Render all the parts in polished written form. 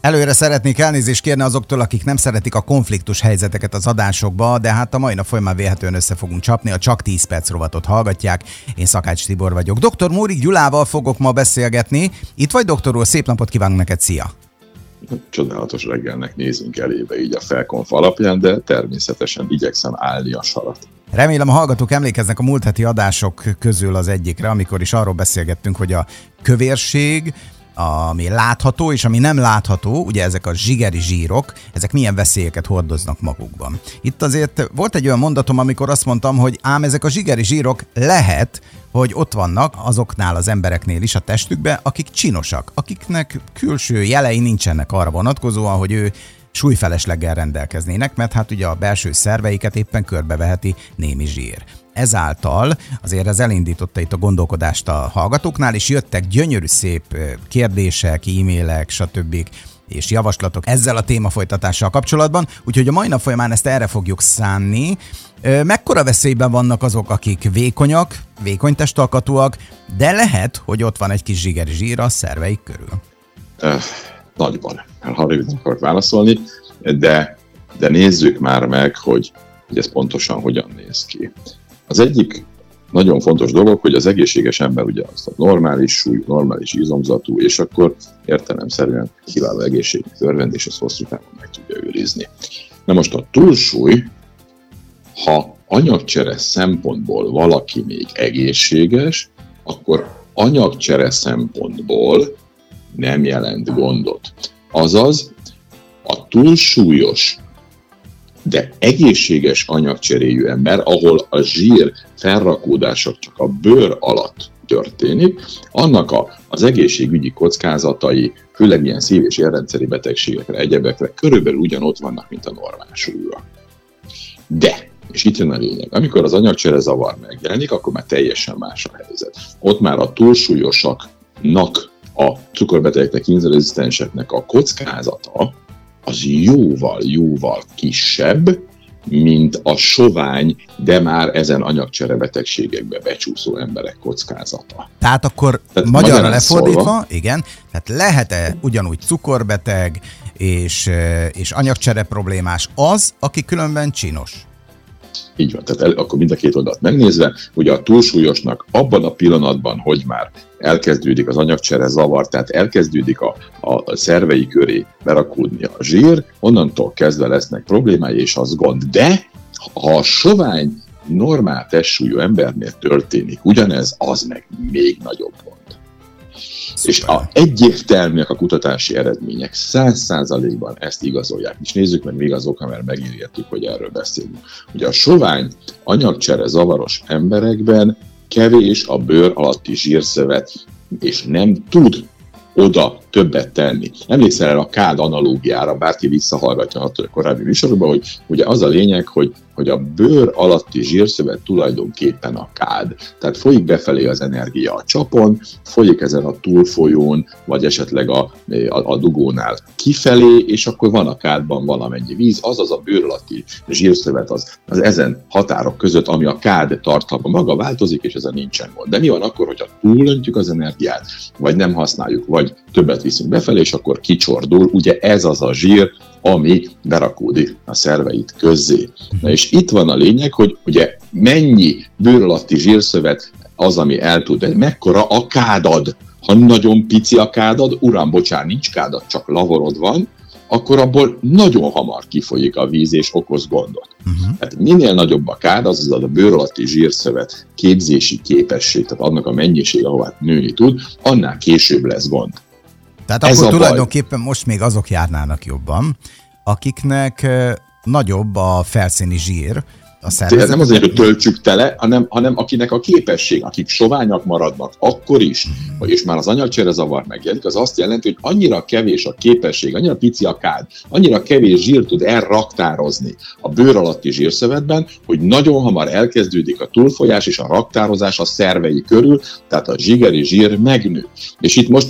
Előre szeretnék elnézést kérni azoktól, akik nem szeretik a konfliktus helyzeteket az adásokba, de hát a mai nap folyamán vélhetően össze fogunk csapni, a Csak 10 perc rovatot hallgatják. Én Szakács Tibor vagyok. Dr. Mórik Gyulával fogok ma beszélgetni. Itt vagy, doktor úr, szép napot kívánunk neked, szia! Csodálatos reggelnek nézünk elébe így a Felkonf alapján, de természetesen igyekszem állni a sarat. Remélem a hallgatók emlékeznek a múlt heti adások közül az egyikre, amikor is arról beszélgettünk, hogy a kövérség, ami látható és ami nem látható, ugye ezek a zsigeri zsírok, ezek milyen veszélyeket hordoznak magukban. Itt azért volt egy olyan mondatom, amikor azt mondtam, hogy ám ezek a zsigeri zsírok lehet, hogy ott vannak azoknál az embereknél is a testükben, akik csinosak, akiknek külső jelei nincsenek arra vonatkozóan, hogy ő súlyfelesleggel rendelkeznének, mert hát ugye a belső szerveiket éppen körbeveheti némi zsír. Ezáltal azért ez elindította itt a gondolkodást a hallgatóknál, és jöttek gyönyörű szép kérdések, e-mailek, stb. És javaslatok ezzel a témafolytatással kapcsolatban, úgyhogy a mai nap folyamán ezt erre fogjuk szánni. Mekkora veszélyben vannak azok, akik vékonyak, vékony testalkatúak, de lehet, hogy ott van egy kis zsigeri zsír a szerveik körül? Nagyban, ha röviden akarok válaszolni, de nézzük már meg, hogy ez pontosan hogyan néz ki. Az egyik nagyon fontos dolog, hogy az egészséges ember ugye az a normális súly, normális izomzatú, és akkor értelemszerűen kiváló egészségügyi örvendés, ezt hosszú távon meg tudja őrizni. Na most a túlsúly, ha anyagcsere szempontból valaki még egészséges, akkor anyagcsere szempontból nem jelent gondot. Azaz, a túlsúlyos, de egészséges anyagcseréjű ember, ahol a zsír felrakódása csak a bőr alatt történik, annak az egészségügyi kockázatai, főleg ilyen szív- és érrendszeri betegségekre, egyebekre körülbelül ugyanott vannak, mint a normál súlyúak. De, és itt jön a lényeg, amikor az anyagcsere zavar megjelenik, akkor már teljesen más a helyzet. Ott már a túlsúlyosaknak, a cukorbetegeknek, inzulinrezisztenseknek a kockázata az jóval kisebb, mint a sovány, de már ezen anyagcsere betegségekbe becsúszó emberek kockázata. Tehát akkor magyarra lefordítva, szólva, igen, tehát lehet-e ugyanúgy cukorbeteg és anyagcsere problémás az, aki különben csinos? Így van, tehát akkor mind a két oldalt megnézve, ugye a túlsúlyosnak abban a pillanatban, hogy már elkezdődik az anyagcsere zavar, tehát elkezdődik a szervei köré berakódni a zsír, onnantól kezdve lesznek problémái, és az gond. De ha a sovány, normál testsúlyú embernél történik ugyanez, az meg még nagyobb gond. És egyértelműek a kutatási eredmények, 100%-ban ezt igazolják. És nézzük meg még azok, mert megírtuk, hogy erről beszélünk. Ugye a sovány anyagcsere zavaros emberekben kevés a bőr alatti zsírszövet, és nem tud oda többet tenni. Emlékszel el a kád analógiára, bárki visszahallgatja a korábbi műsorokban, hogy ugye az a lényeg, hogy a bőr alatti zsírszövet tulajdonképpen a kád. Tehát folyik befelé az energia a csapon, folyik ezen a túlfolyón, vagy esetleg a dugónál kifelé, és akkor van a kádban valamennyi víz, azaz a bőr alatti zsírszövet az ezen határok között, ami a kád tartalma maga változik, és ezen nincsen gond. De mi van akkor, hogyha túlöntjük az energiát, vagy nem használjuk, vagy többet viszünk befelé, és akkor kicsordul, ugye ez az a zsír, ami berakódik a szerveit közzé. Na és itt van a lényeg, hogy ugye mennyi bőr alatti zsírszövet az, ami el tud, mekkora a kádad. Ha nagyon pici a kádad, uram, bocsánat, nincs kádad, csak lavorod van, akkor abból nagyon hamar kifolyik a víz és okoz gondot. Hát minél nagyobb a kád, azaz a bőr alatti zsírszövet képzési képesség, tehát annak a mennyiség, ahová nőni tud, annál később lesz gond. Tehát akkor tulajdonképpen most még azok járnának jobban, akiknek nagyobb a felszíni zsír a szervezetben. Nem azért, hogy töltsük tele, hanem akinek a képesség, akik soványak maradnak akkor is, és már az anyagcsere zavar megjelenik, az azt jelenti, hogy annyira kevés a képesség, annyira pici a kád, annyira kevés zsír tud elraktározni a bőr alatti zsírszövetben, hogy nagyon hamar elkezdődik a túlfolyás és a raktározás a szervei körül, tehát a zsigeri zsír megnő. És itt most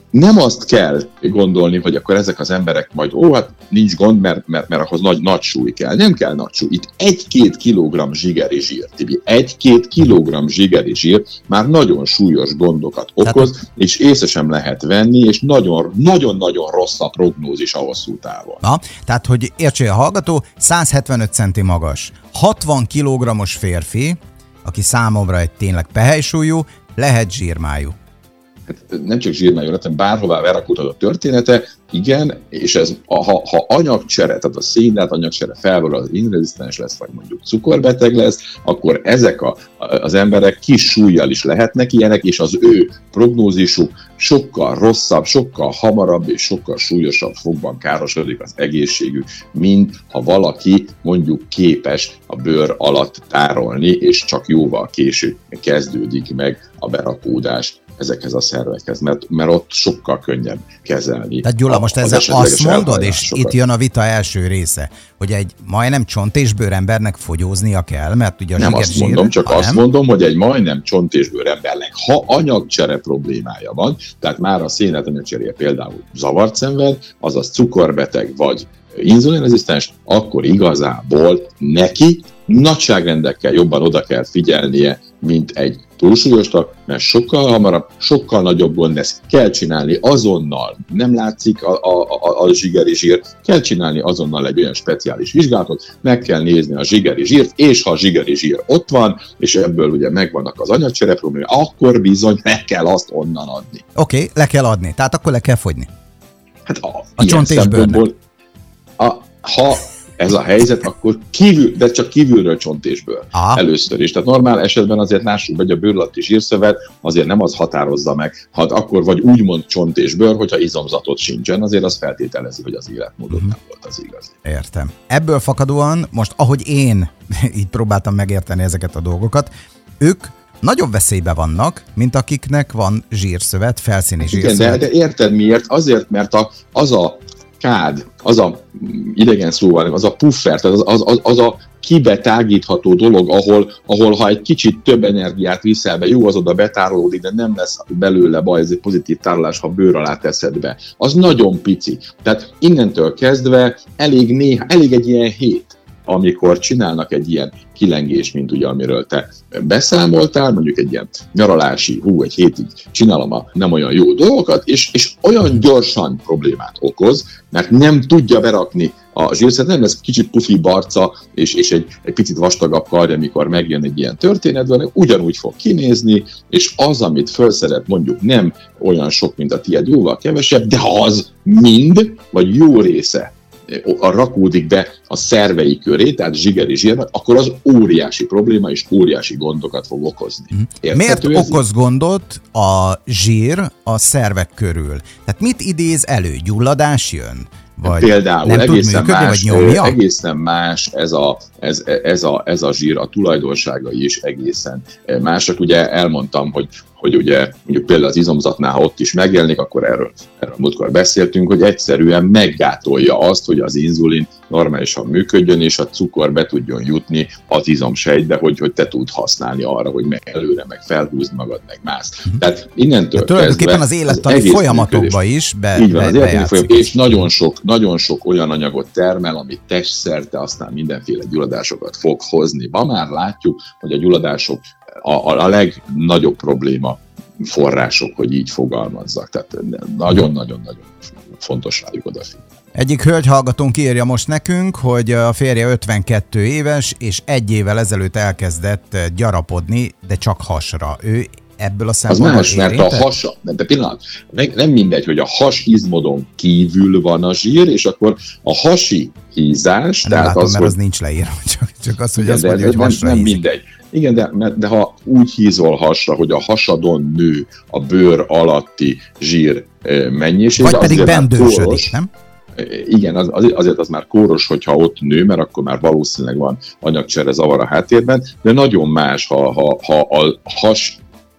nem azt kell gondolni, hogy akkor ezek az emberek majd, hát nincs gond, mert ahhoz nagy súly kell. Nem kell nagy súly. Itt 1-2 kilogramm zsigeri zsír, Tibi, 1-2 kilogramm zsigeri zsír már nagyon súlyos gondokat okoz, és észre sem lehet venni, és nagyon-nagyon rossz a prognózis a hosszú távon. Na, tehát, hogy értsél a hallgató, 175 centi magas, 60 kilogrammos férfi, aki számomra egy tényleg pehely-súlyú, lehet zsírmájú. Nem csak zsírmájú, hanem bárhová Veracruz a története, igen, és ez, ha anyagcsere, tehát a szénhidrát anyagcsere felvarul, az inrezisztens lesz, vagy mondjuk cukorbeteg lesz, akkor ezek az emberek kis súllyal is lehetnek ilyenek, és az ő prognózisuk sokkal rosszabb, sokkal hamarabb és sokkal súlyosabb fogban károsodik az egészségük, mint ha valaki mondjuk képes a bőr alatt tárolni, és csak jóval később kezdődik meg a berakódás ezekhez a szervekhez, mert ott sokkal könnyebb kezelni. Tehát Gyula, most ezzel azt mondod, és itt jön a vita első része, hogy egy majdnem csont- és bőrembernek fogyóznia kell, mert ugye a nem azt mondom, csak azt mondom, hogy egy majdnem csont- és bőrembernek, ha anyagcsere problémája van, tehát már a szénhidrát anyagcseréje például zavart szenved, azaz cukorbeteg vagy inzulinrezisztens, akkor igazából neki nagyságrendekkel jobban oda kell figyelnie, mint egy túlsúlyosnak, mert sokkal hamarabb, sokkal nagyobb gond lesz. Kell csinálni azonnal, nem látszik a zsigeri zsír, kell csinálni azonnal egy olyan speciális vizsgálatot, meg kell nézni a zsigeri zsírt, és ha a zsigeri zsír ott van, és ebből ugye megvannak az anyagcsere problémák, akkor bizony le kell azt onnan adni. Oké, le kell adni, tehát akkor le kell fogyni. Hát a csont és bőrnek. Ha ez a helyzet, akkor de csak kívülről csont és bőr. Először is. Tehát normál esetben azért lássuk be, hogy a bőr alatti zsírszövet azért nem az határozza meg, ha akkor vagy úgymond csont és bőr, hogyha izomzatot sincsen, azért az feltételezi, hogy az életmódot nem volt az igaz. Értem. Ebből fakadóan most, ahogy én így próbáltam megérteni ezeket a dolgokat, ők nagyobb veszélyben vannak, mint akiknek van zsírszövet, felszíni zsírszövet. Igen, de érted miért? Azért, mert az a kád, az a idegen szóval, az a puffer, az a kibetágítható dolog, ahol ha egy kicsit több energiát viszel be, jó, az oda betárolódik, de nem lesz belőle baj, ez egy pozitív tárolás, ha bőr alá teszed be. Az nagyon pici. Tehát innentől kezdve elég egy ilyen hét, amikor csinálnak egy ilyen kilengés, mint ugye, amiről te beszámoltál, mondjuk egy ilyen nyaralási, egy hétig csinálom a nem olyan jó dolgokat, és olyan gyorsan problémát okoz, mert nem tudja berakni a zsírszert, nem lesz kicsit pufi barca, és egy picit vastagabb karja, amikor megjön egy ilyen történetben, ugyanúgy fog kinézni, és az, amit felszeret, mondjuk nem olyan sok, mint a tiéd, jóval kevesebb, de ha az mind, vagy jó része rakódik be a szervei köré, tehát zsigeri zsírnak, akkor az óriási probléma és óriási gondokat fog okozni. Miért okoz gondot a zsír a szervek körül? Tehát mit idéz elő? Gyulladás jön? Vagy például egészen más ez a zsír, a tulajdonságai is egészen másak. Ugye elmondtam, hogy ugye mondjuk például az izomzatnál, ha ott is megjelenik, akkor erről múltkor beszéltünk, hogy egyszerűen meggátolja azt, hogy az inzulin normálisan működjön, és a cukor be tudjon jutni az izomsejtbe, hogy te tud használni arra, hogy meg előre, meg felhúzd magad, meg mász. Tehát innentől tulajdonképpen az élettani folyamatokba is bejátszik. És nagyon sok olyan anyagot termel, amit testszerte aztán mindenféle gyulladásokat fog hozni. Ma már látjuk, hogy a gyulladások a legnagyobb probléma források, hogy így fogalmazzak. Tehát nagyon-nagyon fontos rájuk odafigyelni. Egyik hölgyhallgatónk írja most nekünk, hogy a férje 52 éves, és 1 évvel ezelőtt elkezdett gyarapodni, de csak hasra. Ő ebből a szempontból az más, mert a hasa, de pillanat, nem mindegy, hogy a hasizmodon kívül van a zsír, és akkor a hasi hízás, nem tehát látom, az, mert az nincs leírva, csak az, hogy igen, azt mondja, hogy hasra nem mindegy. Igen, de ha úgy hízol hasra, hogy a hasadon nő a bőr alatti zsír mennyisége, vagy pedig bendősödik, nem? Igen, azért az már kóros, hogyha ott nő, mert akkor már valószínűleg van anyagcsere zavar a háttérben, de nagyon más, ha a has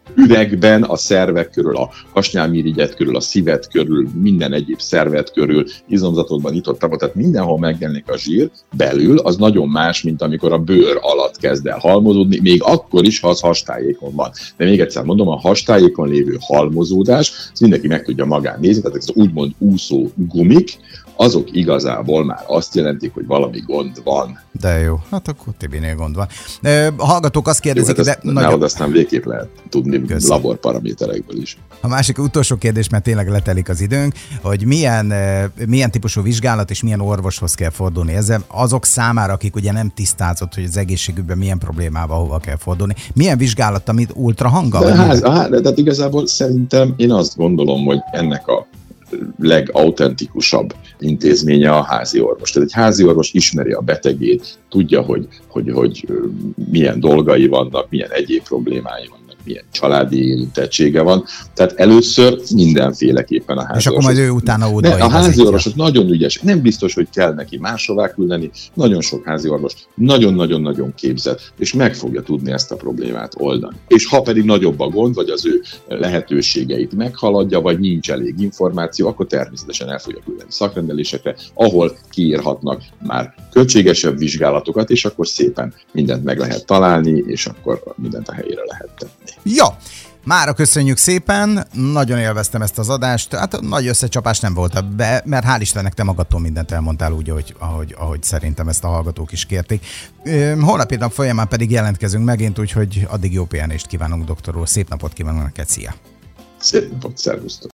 üregben, a szervek körül, a hasnyálmirigyet körül, a szívet körül, minden egyéb szervet körül, izomzatodban, nyitottabban, tehát mindenhol megjelenik a zsír belül, az nagyon más, mint amikor a bőr alatt kezd el halmozódni, még akkor is, ha az hastályékon van. De még egyszer mondom, a hastályékon lévő halmozódás, ezt mindenki meg tudja magán nézni, tehát ez úgymond úszó gumik, azok igazából már azt jelentik, hogy valami gond van. De jó, hát akkor Tibinél gond van. A hallgatók azt kérdezik, jó, hát nálad aztán végképp lehet tudni laborparaméterekből is. A másik utolsó kérdés, mert tényleg letelik az időnk, hogy milyen típusú vizsgálat és milyen orvoshoz kell fordulni. Ezzel azok számára, akik ugye nem tisztázott, hogy az egészségükben milyen problémával hova kell fordulni. Milyen vizsgálat, amit ultrahanggal? De igazából szerintem én azt gondolom, hogy ennek a legautentikusabb intézménye a házi orvos. Tehát egy házi orvos ismeri a betegét, tudja, hogy milyen dolgai vannak, milyen egyéb problémái vannak, milyen családi érintettsége van. Tehát először mindenféleképpen a házi orvos. És akkor majd ő utána oda. A házi orvosok nagyon ügyes. Nem biztos, hogy kell neki máshová küldeni. Nagyon sok házi orvos nagyon-nagyon-nagyon képzett, és meg fogja tudni ezt a problémát oldani. És ha pedig nagyobb a gond, vagy az ő lehetőségeit meghaladja, vagy nincs elég információ, akkor természetesen el fogja küldeni szakrendelésekre, ahol kiírhatnak már költségesebb vizsgálatokat, és akkor szépen mindent meg lehet találni, és akkor mindent a helyére lehet tenni. Ja, mára köszönjük szépen, nagyon élveztem ezt az adást, hát nagy összecsapás nem volt, mert hál' Istennek te magadtól mindent elmondtál úgy, ahogy szerintem ezt a hallgatók is kérték. Holnapi nap folyamán pedig jelentkezünk megint, úgyhogy addig jó pihenést kívánunk, doktor úr, szép napot kívánunk neked, szia! Szép napot, szervusztok!